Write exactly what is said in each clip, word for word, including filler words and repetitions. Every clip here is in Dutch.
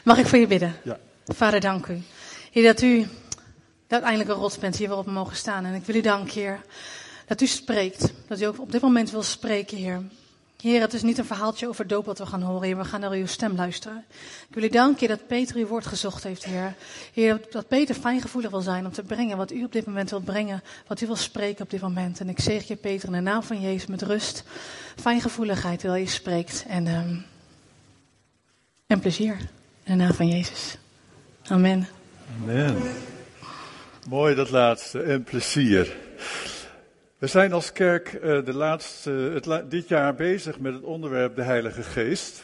Mag ik voor je bidden? Ja. Vader, dank u. Heer, dat u de uiteindelijke rots bent hier waarop we mogen staan. En ik wil u danken, Heer, dat u spreekt. Dat u ook op dit moment wil spreken, Heer. Heer, het is niet een verhaaltje over doop wat we gaan horen, Heer. We gaan naar uw stem luisteren. Ik wil u danken, Heer, dat Peter uw woord gezocht heeft, Heer. Heer, dat Peter fijngevoelig wil zijn om te brengen wat u op dit moment wilt brengen. Wat u wil spreken op dit moment. En ik zeg je, Peter, in de naam van Jezus met rust, fijngevoeligheid terwijl je spreekt. En, um, en plezier. In de naam van Jezus. Amen. Amen. Mooi dat laatste. En plezier. We zijn als kerk uh, de laatste, het, dit jaar bezig met het onderwerp de Heilige Geest.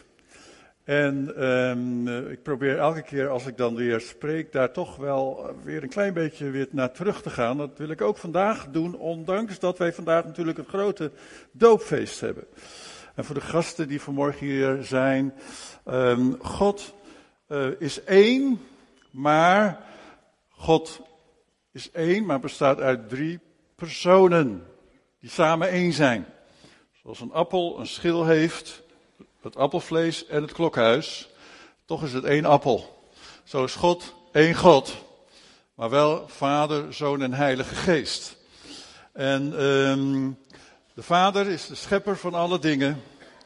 En um, uh, ik probeer elke keer als ik dan weer spreek daar toch wel weer een klein beetje weer naar terug te gaan. Dat wil ik ook vandaag doen, ondanks dat wij vandaag natuurlijk het grote doopfeest hebben. En voor de gasten die vanmorgen hier zijn, um, God uh, is één, maar God is één, maar bestaat uit drie personen die samen één zijn. Zoals een appel een schil heeft, het appelvlees en het klokhuis, toch is het één appel. Zo is God één God, maar wel Vader, Zoon en Heilige Geest. En um, de Vader is de schepper van alle dingen.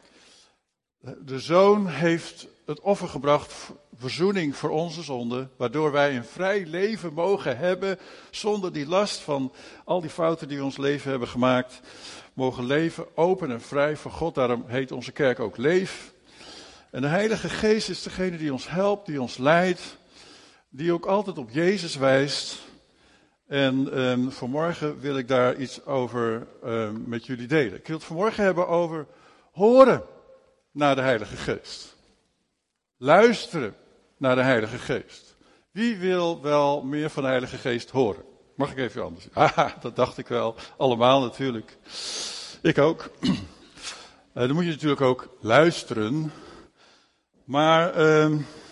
De Zoon heeft het offer gebracht, verzoening voor onze zonden, waardoor wij een vrij leven mogen hebben, zonder die last van al die fouten die we ons leven hebben gemaakt, mogen leven open en vrij voor God. Daarom heet onze kerk ook Leef. En de Heilige Geest is degene die ons helpt, die ons leidt, die ook altijd op Jezus wijst. En um, vanmorgen wil ik daar iets over um, met jullie delen. Ik wil het vanmorgen hebben over horen naar de Heilige Geest. Luisteren naar de Heilige Geest. Wie wil wel meer van de Heilige Geest horen? Mag ik even anders? Haha, dat dacht ik wel. Allemaal natuurlijk. Ik ook. Uh, dan moet je natuurlijk ook luisteren. Maar uh,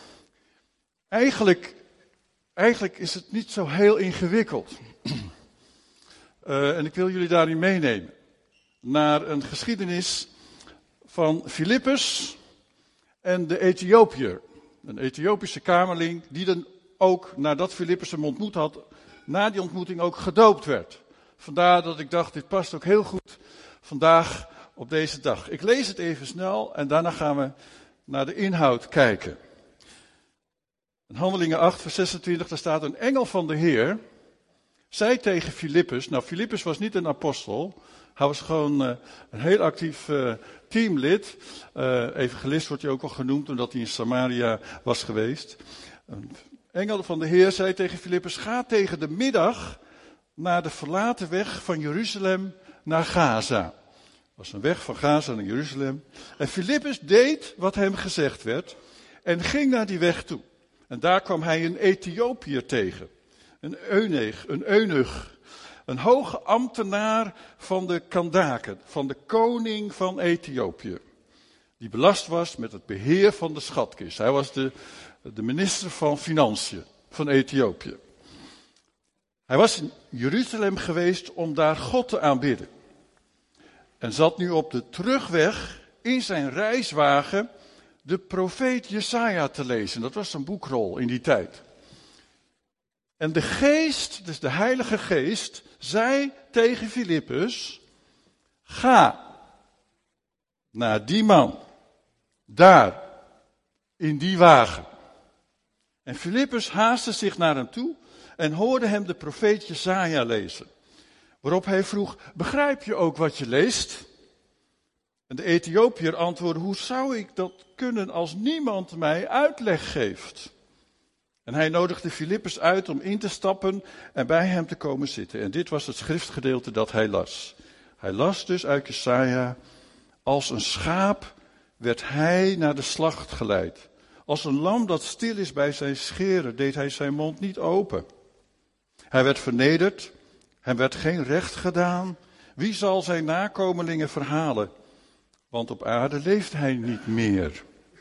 eigenlijk, eigenlijk is het niet zo heel ingewikkeld. Uh, en ik wil jullie daarin meenemen. Naar een geschiedenis van Filippus en de Ethiopiër. Een Ethiopische kamerling die dan ook, nadat Filippus hem ontmoet had, na die ontmoeting ook gedoopt werd. Vandaar dat ik dacht, dit past ook heel goed vandaag op deze dag. Ik lees het even snel en daarna gaan we naar de inhoud kijken. In Handelingen acht, vers zesentwintig, daar staat: een engel van de Heer zei tegen Filippus. Nou, Filippus was niet een apostel. Hij was gewoon uh, een heel actief uh, teamlid. Uh, evangelist wordt hij ook al genoemd, omdat hij in Samaria was geweest. Een engel van de Heer zei tegen Filippus: ga tegen de middag naar de verlaten weg van Jeruzalem naar Gaza. Dat was een weg van Gaza naar Jeruzalem. En Filippus deed wat hem gezegd werd en ging naar die weg toe. En daar kwam hij een Ethiopiër tegen. Een eunuch, een eunuch. Een hoge ambtenaar van de Kandaken, van de koning van Ethiopië. Die belast was met het beheer van de schatkist. Hij was de, de minister van Financiën van Ethiopië. Hij was in Jeruzalem geweest om daar God te aanbidden. En zat nu op de terugweg in zijn reiswagen de profeet Jesaja te lezen. Dat was een boekrol in die tijd. En de geest, dus de Heilige Geest, zei tegen Filippus: ga naar die man, daar, in die wagen. En Filippus haastte zich naar hem toe en hoorde hem de profeet Jesaja lezen. Waarop hij vroeg: begrijp je ook wat je leest? En de Ethiopiër antwoordde: hoe zou ik dat kunnen als niemand mij uitleg geeft? En hij nodigde Filippus uit om in te stappen en bij hem te komen zitten. En dit was het schriftgedeelte dat hij las. Hij las dus uit Jesaja: als een schaap werd hij naar de slacht geleid. Als een lam dat stil is bij zijn scheren, deed hij zijn mond niet open. Hij werd vernederd, hem werd geen recht gedaan. Wie zal zijn nakomelingen verhalen? Want op aarde leeft hij niet meer.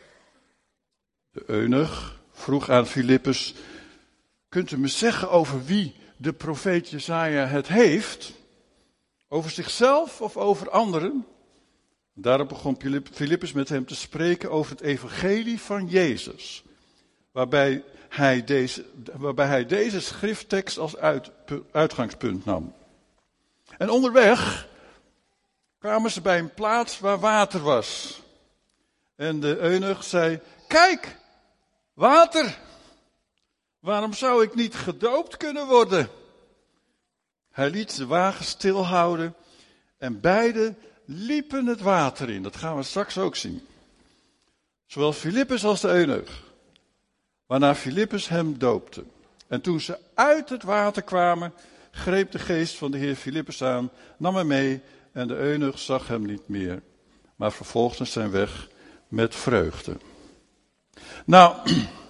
De eunuch vroeg aan Filippus: kunt u me zeggen over wie de profeet Jesaja het heeft? Over zichzelf of over anderen? Daarop begon Filippus met hem te spreken over het evangelie van Jezus. waarbij hij deze, waarbij hij deze schrifttekst als uit, uitgangspunt nam. En onderweg kwamen ze bij een plaats waar water was. En de eunuch zei, kijk, water! Waarom zou ik niet gedoopt kunnen worden? Hij liet de wagen stilhouden en beiden liepen het water in. Dat gaan we straks ook zien. Zowel Filippus als de eunuch. Waarna Filippus hem doopte. En toen ze uit het water kwamen, greep de geest van de Heer Filippus aan, nam hem mee en de eunuch zag hem niet meer, maar vervolgde zijn weg met vreugde. Nou,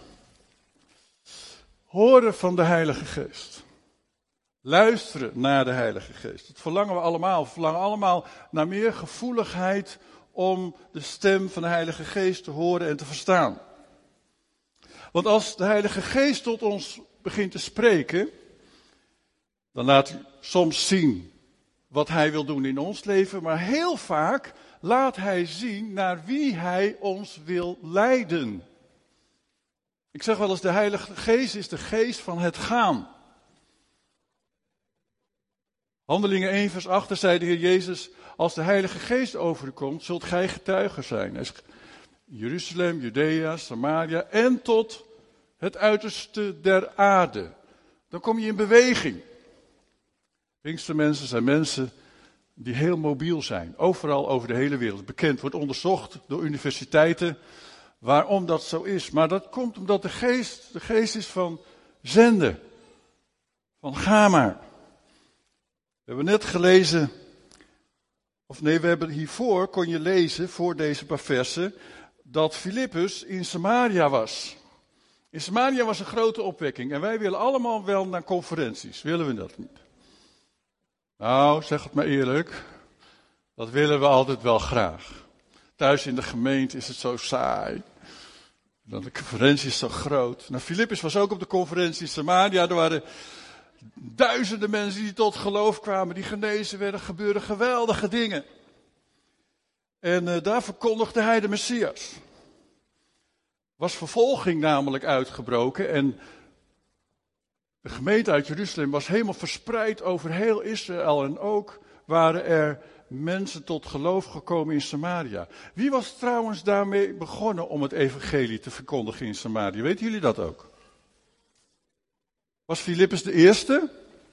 horen van de Heilige Geest. Luisteren naar de Heilige Geest. Dat verlangen we allemaal. We verlangen allemaal naar meer gevoeligheid om de stem van de Heilige Geest te horen en te verstaan. Want als de Heilige Geest tot ons begint te spreken, dan laat hij soms zien wat hij wil doen in ons leven, maar heel vaak laat hij zien naar wie hij ons wil leiden. Ik zeg wel eens, de Heilige Geest is de geest van het gaan. Handelingen één vers acht zei de Heer Jezus, als de Heilige Geest over u komt, zult gij getuigen zijn. Jeruzalem, Judea, Samaria en tot het uiterste der aarde. Dan kom je in beweging. Pinkstermensen zijn mensen die heel mobiel zijn. Overal over de hele wereld. Bekend, wordt onderzocht door universiteiten waarom dat zo is. Maar dat komt omdat de geest, de geest is van zenden. Van ga maar. We hebben net gelezen, of nee, we hebben hiervoor, kon je lezen, voor deze paar versen, dat Filippus in Samaria was. In Samaria was een grote opwekking en wij willen allemaal wel naar conferenties. Willen we dat niet? Nou, zeg het maar eerlijk, dat willen we altijd wel graag. Thuis in de gemeente is het zo saai. Dan de conferentie is zo groot. Nou, Filippus was ook op de conferentie in Samaria. Er waren duizenden mensen die tot geloof kwamen, die genezen werden, gebeurden geweldige dingen. En uh, daar verkondigde hij de Messias. Was vervolging namelijk uitgebroken en de gemeente uit Jeruzalem was helemaal verspreid over heel Israël en ook waren er mensen tot geloof gekomen in Samaria. Wie was trouwens daarmee begonnen om het evangelie te verkondigen in Samaria? Weten jullie dat ook? Was Filippus de eerste?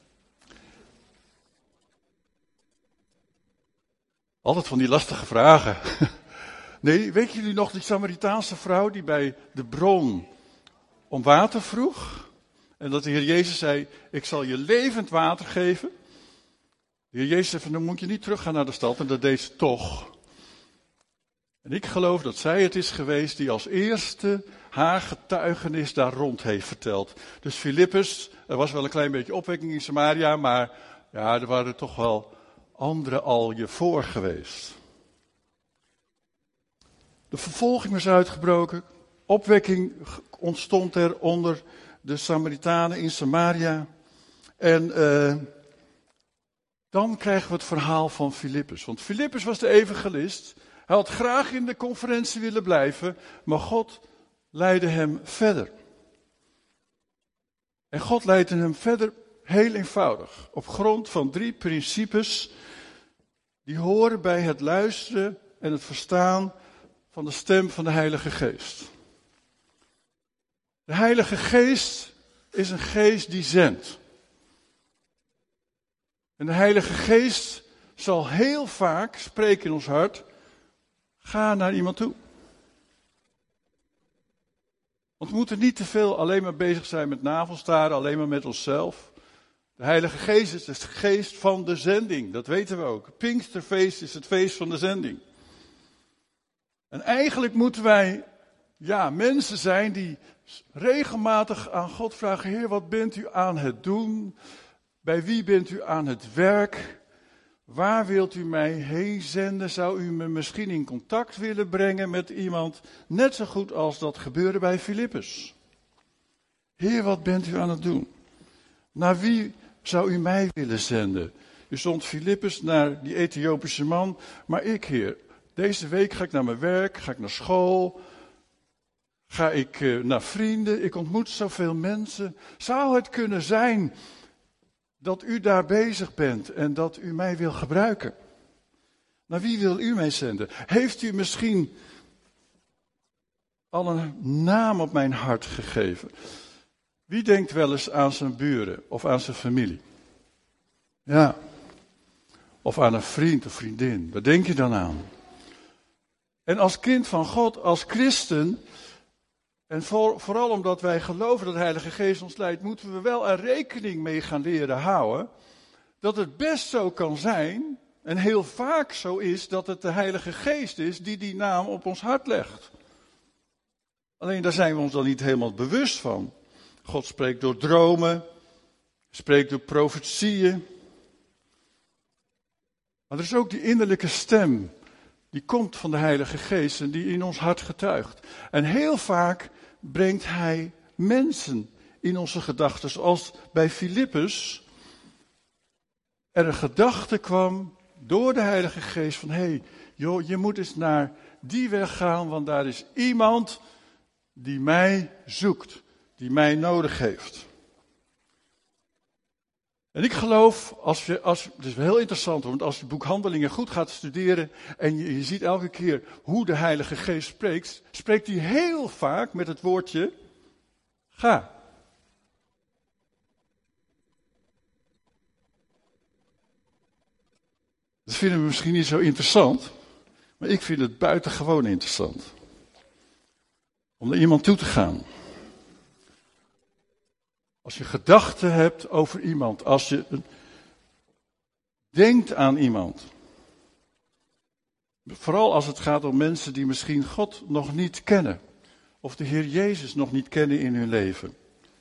Altijd van die lastige vragen. Nee, weten jullie nog die Samaritaanse vrouw die bij de bron om water vroeg? En dat de Heer Jezus zei, ik zal je levend water geven. De Heer Jezus zei, dan moet je niet teruggaan naar de stad. En dat deed ze toch. En ik geloof dat zij het is geweest die als eerste haar getuigenis daar rond heeft verteld. Dus Filippus, er was wel een klein beetje opwekking in Samaria, maar ja, er waren toch wel anderen al je voor geweest. De vervolging was uitgebroken, opwekking ontstond er onder de Samaritanen in Samaria. En uh, dan krijgen we het verhaal van Filippus. Want Filippus was de evangelist. Hij had graag in de conferentie willen blijven, maar God leidde hem verder. En God leidde hem verder heel eenvoudig. Op grond van drie principes die horen bij het luisteren en het verstaan van de stem van de Heilige Geest. De Heilige Geest is een geest die zendt. En de Heilige Geest zal heel vaak spreken in ons hart, ga naar iemand toe. Want we moeten niet te veel alleen maar bezig zijn met navelstaren, alleen maar met onszelf. De Heilige Geest is de geest van de zending, dat weten we ook. Pinksterfeest is het feest van de zending. En eigenlijk moeten wij ja, mensen zijn die regelmatig aan God vragen, Heer, wat bent u aan het doen? Bij wie bent u aan het werk? Waar wilt u mij heen zenden? Zou u me misschien in contact willen brengen met iemand? Net zo goed als dat gebeurde bij Filippus. Heer, wat bent u aan het doen? Naar wie zou u mij willen zenden? U zond Filippus naar die Ethiopische man. Maar ik, Heer, deze week ga ik naar mijn werk, ga ik naar school. Ga ik uh, naar vrienden? Ik ontmoet zoveel mensen. Zou het kunnen zijn dat u daar bezig bent en dat u mij wil gebruiken? Naar wie wil u mij zenden? Heeft u misschien al een naam op mijn hart gegeven? Wie denkt wel eens aan zijn buren of aan zijn familie? Ja. Of aan een vriend of vriendin. Waar denk je dan aan? En als kind van God, als christen, en voor, vooral omdat wij geloven dat de Heilige Geest ons leidt, moeten we wel er rekening mee gaan leren houden, dat het best zo kan zijn, en heel vaak zo is, dat het de Heilige Geest is die die naam op ons hart legt. Alleen daar zijn we ons dan niet helemaal bewust van. God spreekt door dromen, spreekt door profetieën. Maar er is ook die innerlijke stem, die komt van de Heilige Geest en die in ons hart getuigt. En heel vaak brengt hij mensen in onze gedachten, zoals bij Filippus er een gedachte kwam door de Heilige Geest van, hé, hey, joh, je moet eens naar die weg gaan, want daar is iemand die mij zoekt, die mij nodig heeft. En ik geloof, als je, als, het is wel heel interessant, want als je boek Handelingen goed gaat studeren en je, je ziet elke keer hoe de Heilige Geest spreekt, spreekt hij heel vaak met het woordje ga. Dat vinden we misschien niet zo interessant, maar ik vind het buitengewoon interessant. Om naar iemand toe te gaan. Als je gedachten hebt over iemand, als je denkt aan iemand. Vooral als het gaat om mensen die misschien God nog niet kennen. Of de Heer Jezus nog niet kennen in hun leven.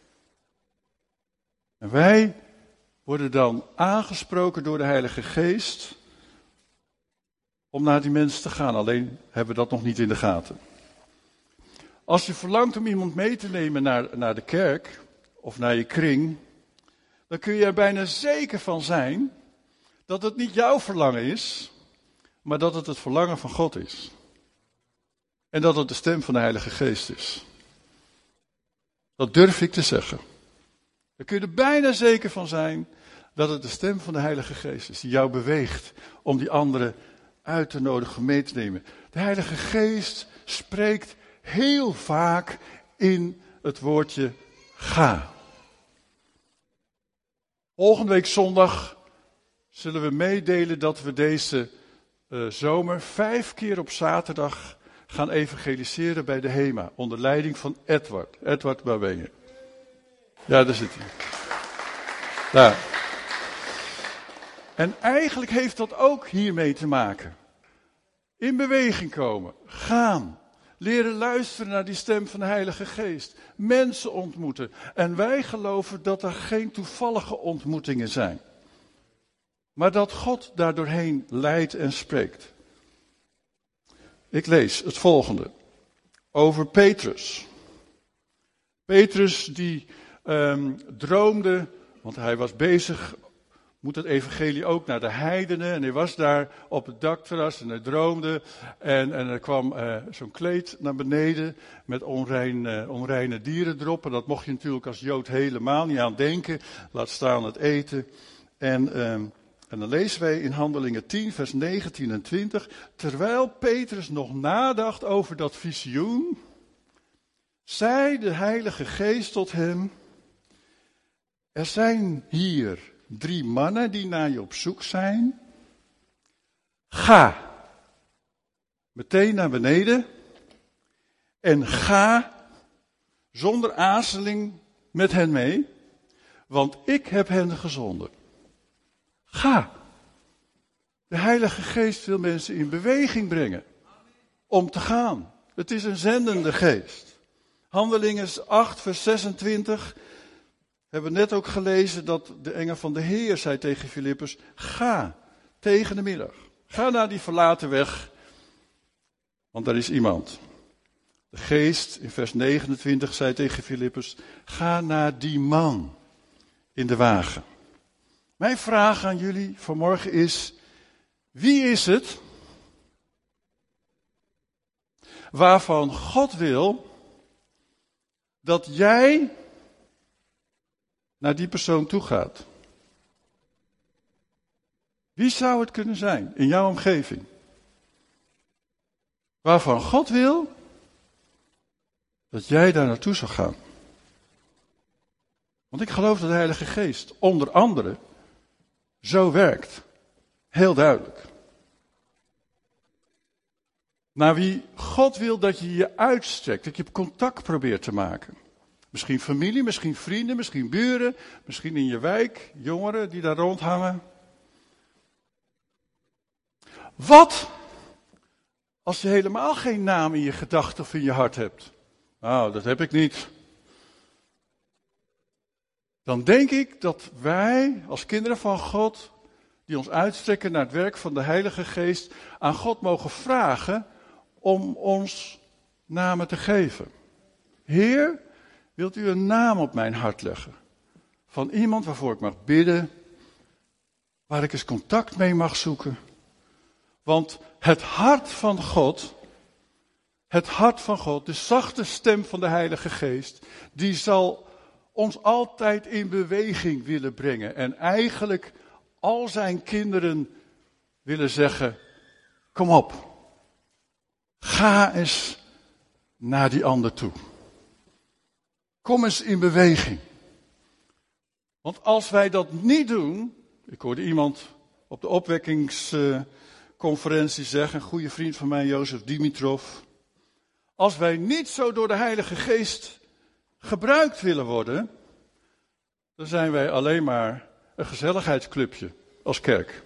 En wij worden dan aangesproken door de Heilige Geest om naar die mensen te gaan. Alleen hebben we dat nog niet in de gaten. Als je verlangt om iemand mee te nemen naar, naar de kerk of naar je kring, dan kun je er bijna zeker van zijn dat het niet jouw verlangen is, maar dat het het verlangen van God is. En dat het de stem van de Heilige Geest is. Dat durf ik te zeggen. Daar kun je er bijna zeker van zijn dat het de stem van de Heilige Geest is die jou beweegt om die anderen uit te nodigen, mee te nemen. De Heilige Geest spreekt heel vaak in het woordje ga. Volgende week zondag zullen we meedelen dat we deze uh, zomer vijf keer op zaterdag gaan evangeliseren bij de HEMA. Onder leiding van Edward. Edward Babenge. Ja, daar zit hij. Daar. En eigenlijk heeft dat ook hiermee te maken. In beweging komen. Gaan. Leren luisteren naar die stem van de Heilige Geest. Mensen ontmoeten. En wij geloven dat er geen toevallige ontmoetingen zijn. Maar dat God daardoorheen leidt en spreekt. Ik lees het volgende. Over Petrus. Petrus die um, droomde, want hij was bezig, moet het evangelie ook naar de heidenen. En hij was daar op het dakterras en hij droomde. En, en er kwam uh, zo'n kleed naar beneden met onrein, uh, onreine dieren erop. En dat mocht je natuurlijk als Jood helemaal niet aan denken. Laat staan het eten. En, um, en dan lezen wij in Handelingen tien, vers negentien en twintig. Terwijl Petrus nog nadacht over dat visioen, zei de Heilige Geest tot hem: er zijn hier drie mannen die naar je op zoek zijn. Ga meteen naar beneden en ga zonder aarzeling met hen mee, want ik heb hen gezonden. Ga. De Heilige Geest wil mensen in beweging brengen om te gaan. Het is een zendende geest. Handelingen acht, vers zesentwintig. Hebben we net ook gelezen dat de engel van de Heer zei tegen Filippus: ga tegen de middag. Ga naar die verlaten weg, want daar is iemand. De geest in vers negenentwintig zei tegen Filippus: ga naar die man in de wagen. Mijn vraag aan jullie vanmorgen is: wie is het waarvan God wil dat jij naar die persoon toe gaat? Wie zou het kunnen zijn in jouw omgeving? Waarvan God wil dat jij daar naartoe zou gaan. Want ik geloof dat de Heilige Geest onder andere zo werkt. Heel duidelijk. Naar wie God wil dat je je uitstrekt, dat je contact probeert te maken. Misschien familie, misschien vrienden, misschien buren, misschien in je wijk, jongeren die daar rondhangen. Wat als je helemaal geen naam in je gedachten of in je hart hebt? Nou, dat heb ik niet. Dan denk ik dat wij als kinderen van God, die ons uitstrekken naar het werk van de Heilige Geest, aan God mogen vragen om ons namen te geven. Heer, wilt u een naam op mijn hart leggen? Van iemand waarvoor ik mag bidden, waar ik eens contact mee mag zoeken. Want het hart van God, het hart van God, de zachte stem van de Heilige Geest, die zal ons altijd in beweging willen brengen. En eigenlijk al zijn kinderen willen zeggen, kom op, ga eens naar die ander toe. Kom eens in beweging. Want als wij dat niet doen, ik hoorde iemand op de opwekkingsconferentie zeggen, een goede vriend van mij, Jozef Dimitrov, als wij niet zo door de Heilige Geest gebruikt willen worden, dan zijn wij alleen maar een gezelligheidsclubje als kerk.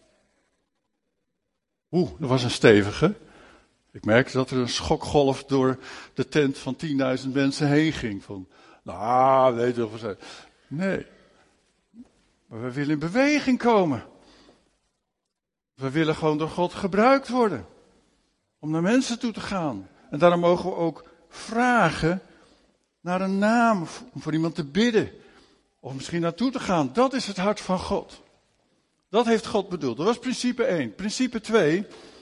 Oeh, dat was een stevige. Ik merkte dat er een schokgolf door de tent van tienduizend mensen heen ging. Van, nou, weet je wat we zijn. Nee. Maar we willen in beweging komen. We willen gewoon door God gebruikt worden. Om naar mensen toe te gaan. En daarom mogen we ook vragen naar een naam. Om voor iemand te bidden. Of misschien naartoe te gaan. Dat is het hart van God. Dat heeft God bedoeld. Dat was principe één. Principe twee.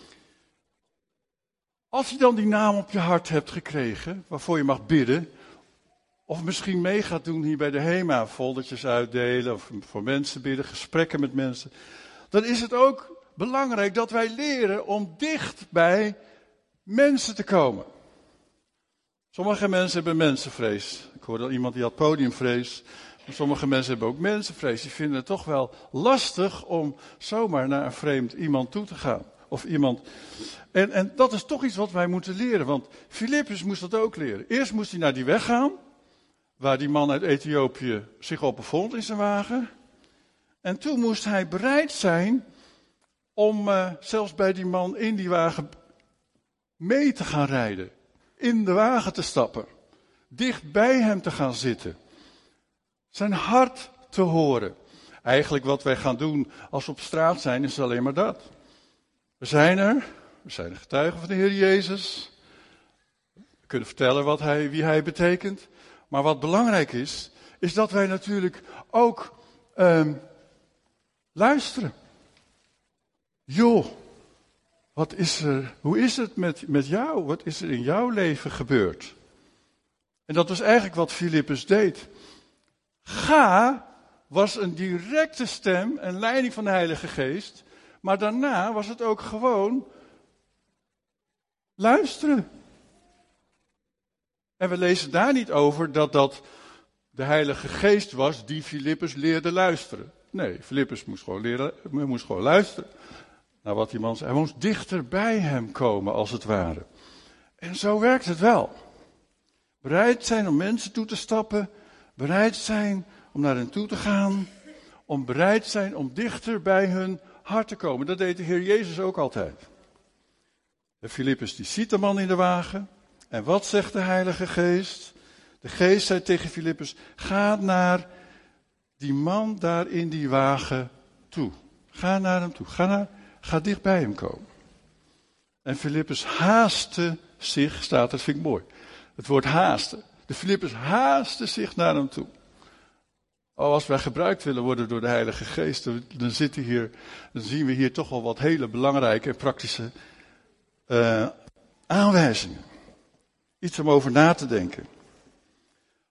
Als je dan die naam op je hart hebt gekregen, waarvoor je mag bidden, of misschien mee gaat doen hier bij de HEMA, foldertjes uitdelen, of voor mensen bidden, gesprekken met mensen, dan is het ook belangrijk dat wij leren om dicht bij mensen te komen. Sommige mensen hebben mensenvrees. Ik hoorde al iemand die had podiumvrees. Maar sommige mensen hebben ook mensenvrees. Die vinden het toch wel lastig om zomaar naar een vreemd iemand toe te gaan. Of iemand. En, en dat is toch iets wat wij moeten leren. Want Filippus moest dat ook leren. Eerst moest hij naar die weg gaan. Waar die man uit Ethiopië zich op bevond in zijn wagen. En toen moest hij bereid zijn om uh, zelfs bij die man in die wagen mee te gaan rijden. In de wagen te stappen. Dicht bij hem te gaan zitten. Zijn hart te horen. Eigenlijk wat wij gaan doen als we op straat zijn is alleen maar dat. We zijn er. We zijn de getuigen van de Heer Jezus. We kunnen vertellen wat hij, wie hij betekent. Maar wat belangrijk is, is dat wij natuurlijk ook um, luisteren. Joh, wat is er, hoe is het met, met jou? Wat is er in jouw leven gebeurd? En dat was eigenlijk wat Filippus deed. Ga was een directe stem en leiding van de Heilige Geest. Maar daarna was het ook gewoon luisteren. En we lezen daar niet over dat dat de Heilige Geest was die Filippus leerde luisteren. Nee, Filippus moest gewoon leren, moest gewoon luisteren naar wat die man zei. Hij moest dichter bij hem komen, als het ware. En zo werkt het wel. Bereid zijn om mensen toe te stappen. Bereid zijn om naar hen toe te gaan. Om bereid zijn om dichter bij hun hart te komen. Dat deed de Heer Jezus ook altijd. De Filippus die ziet de man in de wagen. En wat zegt de Heilige Geest? De Geest zei tegen Filippus, ga naar die man daar in die wagen toe. Ga naar hem toe. Ga, naar, ga dicht bij hem komen. En Filippus haastte zich, staat er, vind ik mooi. Het woord haasten. De Filippus haastte zich naar hem toe. Oh, als wij gebruikt willen worden door de Heilige Geest, dan, zitten hier, dan zien we hier toch wel wat hele belangrijke en praktische uh, aanwijzingen. Iets om over na te denken.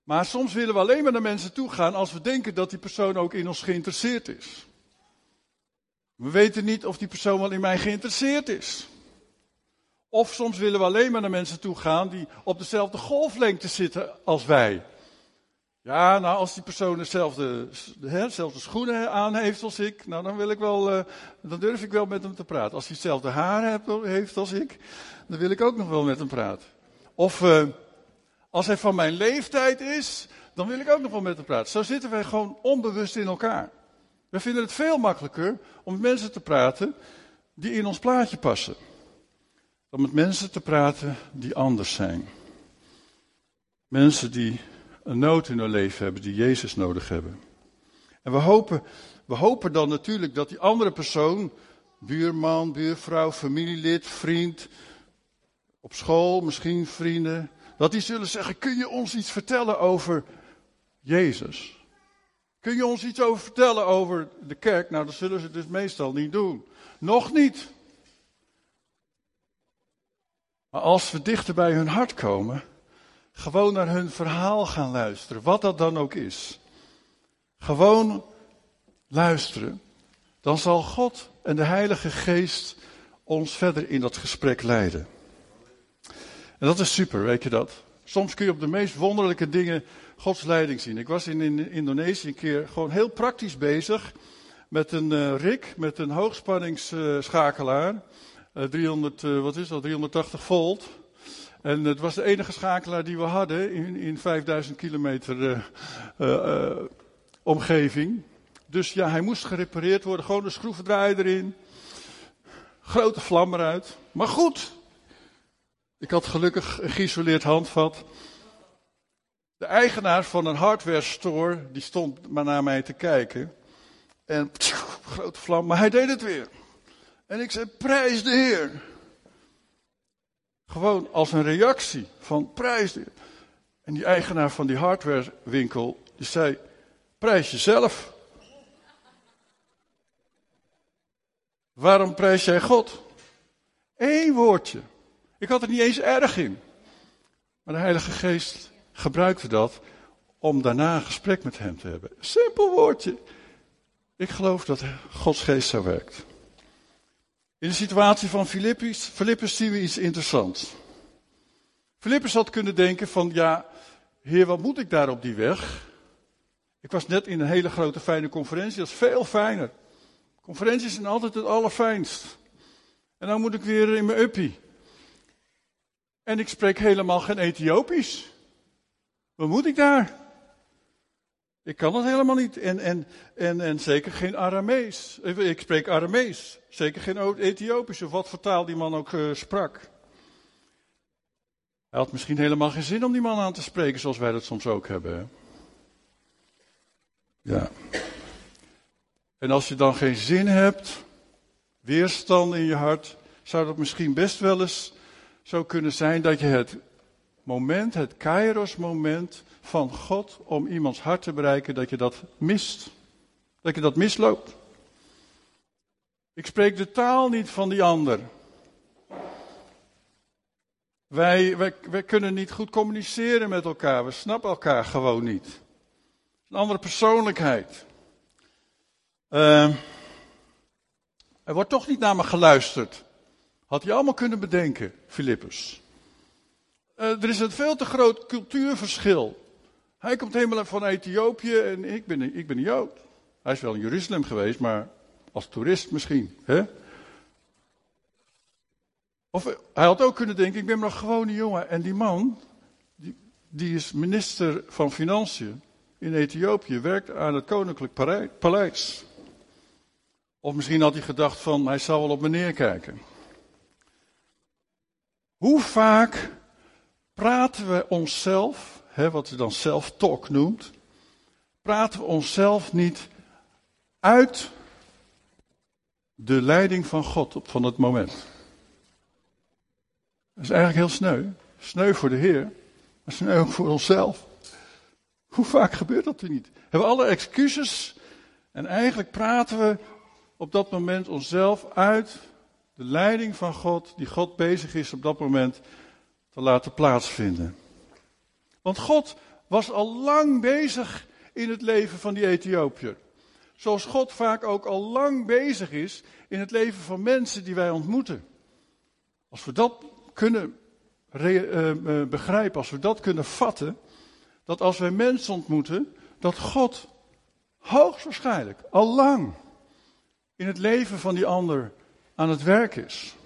Maar soms willen we alleen maar naar mensen toe gaan als we denken dat die persoon ook in ons geïnteresseerd is. We weten niet of die persoon wel in mij geïnteresseerd is. Of soms willen we alleen maar naar mensen toe gaan die op dezelfde golflengte zitten als wij. Ja, nou als die persoon dezelfde, hè, dezelfde schoenen aan heeft als ik, nou dan wil ik wel, uh, dan durf ik wel met hem te praten. Als hij hetzelfde haar heeft als ik, dan wil ik ook nog wel met hem praten. Of uh, als hij van mijn leeftijd is, dan wil ik ook nog wel met hem praten. Zo zitten wij gewoon onbewust in elkaar. We vinden het veel makkelijker om met mensen te praten die in ons plaatje passen. Dan met mensen te praten die anders zijn. Mensen die een nood in hun leven hebben, die Jezus nodig hebben. En we hopen, we hopen dan natuurlijk dat die andere persoon, buurman, buurvrouw, familielid, vriend, op school, misschien vrienden, dat die zullen zeggen, kun je ons iets vertellen over Jezus? Kun je ons iets over vertellen over de kerk? Nou, dat zullen ze dus meestal niet doen. Nog niet. Maar als we dichter bij hun hart komen, gewoon naar hun verhaal gaan luisteren, wat dat dan ook is. Gewoon luisteren. Dan zal God en de Heilige Geest ons verder in dat gesprek leiden. En dat is super, weet je dat? Soms kun je op de meest wonderlijke dingen Gods leiding zien. Ik was in, in Indonesië een keer gewoon heel praktisch bezig met een uh, rig, met een hoogspanningsschakelaar. Uh, uh, driehonderd, uh, wat is dat, driehonderdtachtig volt. En het was de enige schakelaar die we hadden in, in vijfduizend kilometer uh, uh, uh, omgeving. Dus ja, hij moest gerepareerd worden. Gewoon een schroevendraaier erin. Grote vlam eruit. Maar goed, ik had gelukkig een geïsoleerd handvat. De eigenaar van een hardware store, die stond maar naar mij te kijken. En pssst, grote vlam, maar hij deed het weer. En ik zei, prijs de Heer. Gewoon als een reactie van prijs de Heer. En die eigenaar van die hardwarewinkel, die zei, prijs jezelf. Waarom prijs jij God? Eén woordje. Ik had er niet eens erg in. Maar de Heilige Geest gebruikte dat om daarna een gesprek met hem te hebben. Simpel woordje. Ik geloof dat Gods Geest zo werkt. In de situatie van Filippus, Filippus zien we iets interessants. Filippus had kunnen denken van, ja, Heer, wat moet ik daar op die weg? Ik was net in een hele grote fijne conferentie, dat is veel fijner. Conferenties zijn altijd het allerfijnst. En dan moet ik weer in mijn uppie. En ik spreek helemaal geen Ethiopisch. Wat moet ik daar? Ik kan het helemaal niet. En, en, en, en zeker geen Aramees. Ik spreek Aramees. Zeker geen Ethiopisch of wat voor taal die man ook uh, sprak. Hij had misschien helemaal geen zin om die man aan te spreken zoals wij dat soms ook hebben. Hè? Ja. En als je dan geen zin hebt, weerstand in je hart, zou dat misschien best wel eens zo kunnen zijn dat je het moment, het kairos moment van God om iemands hart te bereiken, dat je dat mist. Dat je dat misloopt. Ik spreek de taal niet van die ander. Wij, wij, wij kunnen niet goed communiceren met elkaar. We snappen elkaar gewoon niet. Een andere persoonlijkheid. Uh, er wordt toch niet naar me geluisterd. Had hij allemaal kunnen bedenken, Filippus. Uh, er is een veel te groot cultuurverschil. Hij komt helemaal van Ethiopië en ik ben, ik ben een Jood. Hij is wel in Jeruzalem geweest, maar als toerist misschien. Hè? Of hij had ook kunnen denken, ik ben maar een gewone jongen. En die man, die, die is minister van Financiën in Ethiopië, werkt aan het koninklijk paleis. Of misschien had hij gedacht van, hij zal wel op me neerkijken. Hoe vaak praten we onszelf, hè, wat je dan self-talk noemt, praten we onszelf niet uit de leiding van God op van het moment. Dat is eigenlijk heel sneu. Sneu voor de Heer, maar sneu ook voor onszelf. Hoe vaak gebeurt dat er niet? We hebben alle excuses en eigenlijk praten we op dat moment onszelf uit de leiding van God, die God bezig is op dat moment te laten plaatsvinden. Want God was al lang bezig in het leven van die Ethiopiër. Zoals God vaak ook al lang bezig is in het leven van mensen die wij ontmoeten. Als we dat kunnen re- uh, uh, begrijpen, als we dat kunnen vatten, dat als wij mensen ontmoeten, dat God hoogstwaarschijnlijk al lang in het leven van die ander aan het werk is.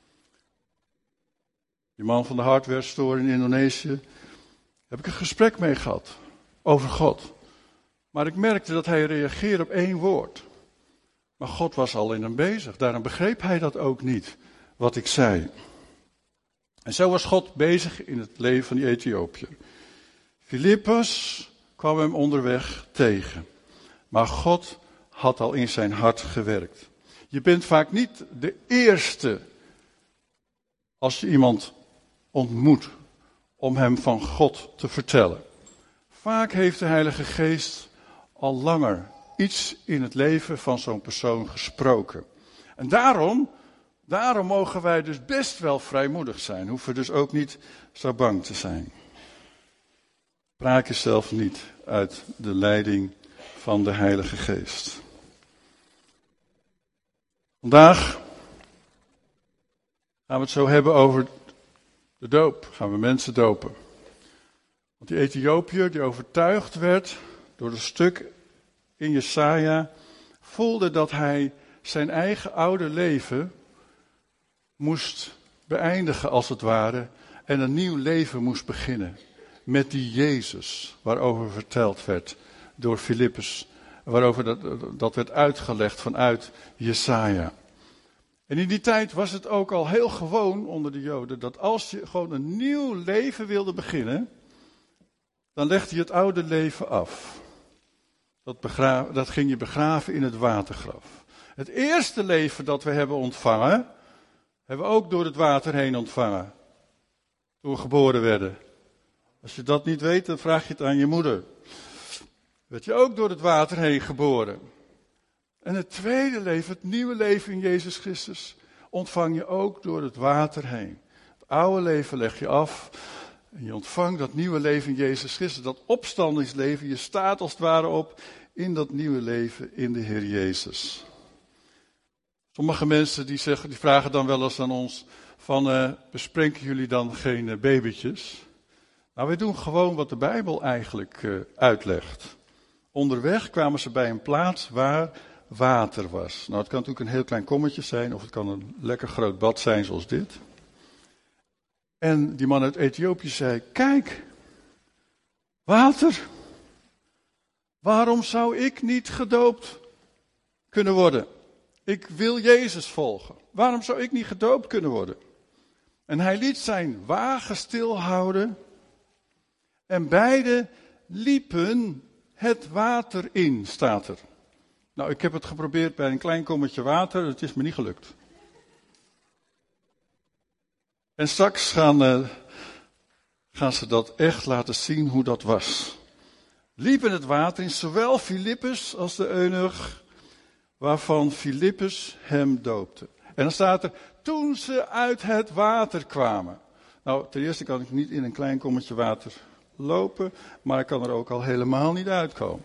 Die man van de hardware store in Indonesië, heb ik een gesprek mee gehad over God. Maar ik merkte dat hij reageerde op één woord. Maar God was al in hem bezig, daarom begreep hij dat ook niet, wat ik zei. En zo was God bezig in het leven van die Ethiopiër. Filippus kwam hem onderweg tegen. Maar God had al in zijn hart gewerkt. Je bent vaak niet de eerste als je iemand ontmoet om hem van God te vertellen. Vaak heeft de Heilige Geest al langer iets in het leven van zo'n persoon gesproken. En daarom, daarom mogen wij dus best wel vrijmoedig zijn. Hoeven dus ook niet zo bang te zijn. Praat jezelf niet uit de leiding van de Heilige Geest. Vandaag gaan we het zo hebben over de doop. Gaan we mensen dopen. Want die Ethiopiër die overtuigd werd door een stuk in Jesaja, voelde dat hij zijn eigen oude leven moest beëindigen als het ware en een nieuw leven moest beginnen. Met die Jezus waarover verteld werd door Filippus, waarover dat, dat werd uitgelegd vanuit Jesaja. En in die tijd was het ook al heel gewoon onder de Joden dat als je gewoon een nieuw leven wilde beginnen, dan legde je het oude leven af. Dat, begra- dat ging je begraven in het watergraf. Het eerste leven dat we hebben ontvangen, hebben we ook door het water heen ontvangen. Toen we geboren werden. Als je dat niet weet, dan vraag je het aan je moeder. Werd je ook door het water heen geboren. En het tweede leven, het nieuwe leven in Jezus Christus, ontvang je ook door het water heen. Het oude leven leg je af en je ontvangt dat nieuwe leven in Jezus Christus. Dat opstandingsleven, je staat als het ware op in dat nieuwe leven in de Heer Jezus. Sommige mensen die, zeggen, die vragen dan wel eens aan ons van, uh, besprenken jullie dan geen uh, babytjes? Nou, wij doen gewoon wat de Bijbel eigenlijk uh, uitlegt. Onderweg kwamen ze bij een plaats waar water was. Nou, het kan natuurlijk een heel klein kommetje zijn of het kan een lekker groot bad zijn zoals dit. En die man uit Ethiopië zei, kijk, water, waarom zou ik niet gedoopt kunnen worden? Ik wil Jezus volgen. Waarom zou ik niet gedoopt kunnen worden? En hij liet zijn wagen stilhouden en beiden liepen het water in, staat er. Nou, ik heb het geprobeerd bij een klein kommetje water, het is me niet gelukt. En straks gaan, uh, gaan ze dat echt laten zien hoe dat was. Liepen het water in, zowel Filippus als de eunuch, waarvan Filippus hem doopte. En dan staat er, toen ze uit het water kwamen. Nou, ten eerste kan ik niet in een klein kommetje water lopen, maar ik kan er ook al helemaal niet uitkomen.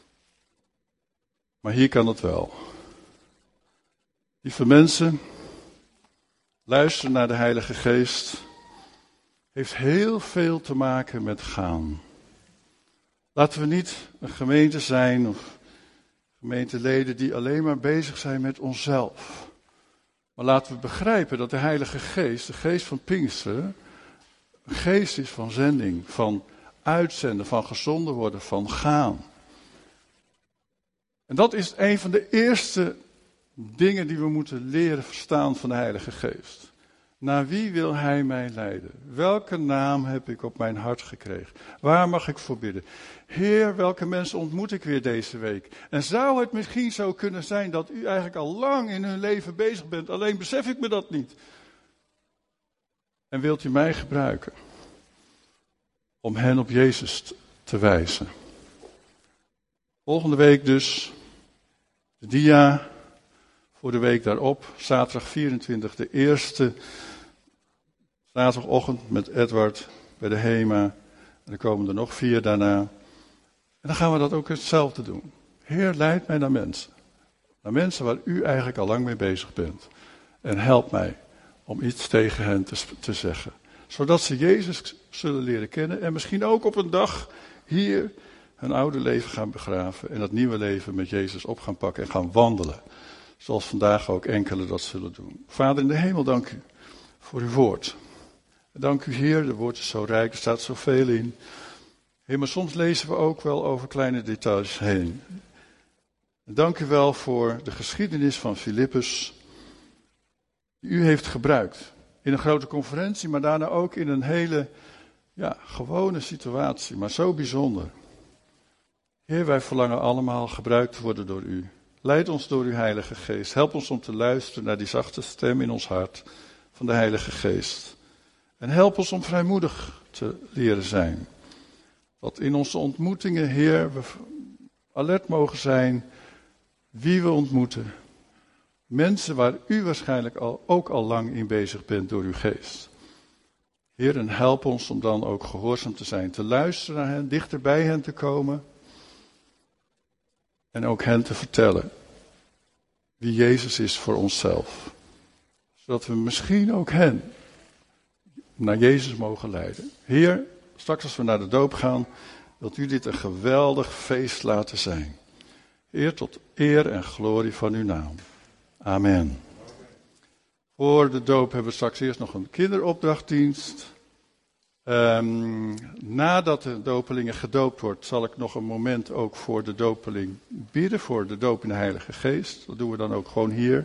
Maar hier kan het wel. Lieve mensen, luisteren naar de Heilige Geest heeft heel veel te maken met gaan. Laten we niet een gemeente zijn of gemeenteleden die alleen maar bezig zijn met onszelf. Maar laten we begrijpen dat de Heilige Geest, de geest van Pinksteren, een geest is van zending, van uitzenden, van gezonden worden, van gaan. En dat is een van de eerste dingen die we moeten leren verstaan van de Heilige Geest. Naar wie wil Hij mij leiden? Welke naam heb ik op mijn hart gekregen? Waar mag ik voor bidden? Heer, welke mensen ontmoet ik weer deze week? En zou het misschien zo kunnen zijn dat u eigenlijk al lang in hun leven bezig bent, alleen besef ik me dat niet. En wilt u mij gebruiken om hen op Jezus te wijzen? Volgende week dus de dia voor de week daarop, zaterdag vierentwintig, de eerste zaterdagochtend met Edward bij de Hema, En er komen er nog vier daarna. En dan gaan we dat ook hetzelfde doen. Heer, leid mij naar mensen. Naar mensen waar u eigenlijk al lang mee bezig bent. En help mij om iets tegen hen te, te zeggen. Zodat ze Jezus zullen leren kennen. En misschien ook op een dag hier hun oude leven gaan begraven. En dat nieuwe leven met Jezus op gaan pakken en gaan wandelen. Zoals vandaag ook enkelen dat zullen doen. Vader in de hemel, dank u voor uw woord. En dank u Heer, de woord is zo rijk, er staat zoveel in. Heer, maar soms lezen we ook wel over kleine details heen. En dank u wel voor de geschiedenis van Filippus, die u heeft gebruikt. In een grote conferentie, maar daarna ook in een hele ja, gewone situatie, maar zo bijzonder. Heer, wij verlangen allemaal gebruikt te worden door u. Leid ons door uw Heilige Geest. Help ons om te luisteren naar die zachte stem in ons hart van de Heilige Geest. En help ons om vrijmoedig te leren zijn. Dat in onze ontmoetingen, Heer, we alert mogen zijn wie we ontmoeten. Mensen waar u waarschijnlijk al, ook al lang in bezig bent door uw Geest. Heer, en help ons om dan ook gehoorzaam te zijn. Te luisteren naar hen, dichter bij hen te komen. En ook hen te vertellen wie Jezus is voor onszelf. Zodat we misschien ook hen naar Jezus mogen leiden. Heer, straks als we naar de doop gaan, wilt u dit een geweldig feest laten zijn. Heer, tot eer en glorie van uw naam. Amen. Voor de doop hebben we straks eerst nog een kinderopdrachtdienst. Um, nadat de dopelingen gedoopt wordt, zal ik nog een moment ook voor de dopeling bidden, voor de doop in de Heilige Geest. Dat doen we dan ook gewoon hier.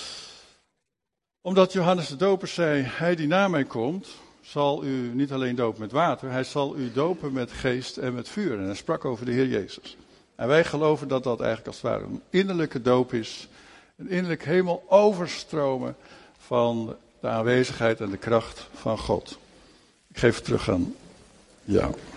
Omdat Johannes de Doper zei, hij die na mij komt, zal u niet alleen dopen met water, hij zal u dopen met geest en met vuur. En hij sprak over de Heer Jezus. En wij geloven dat dat eigenlijk als het ware een innerlijke doop is. Een innerlijk hemel overstromen van de aanwezigheid en de kracht van God. Ik geef het terug aan jou.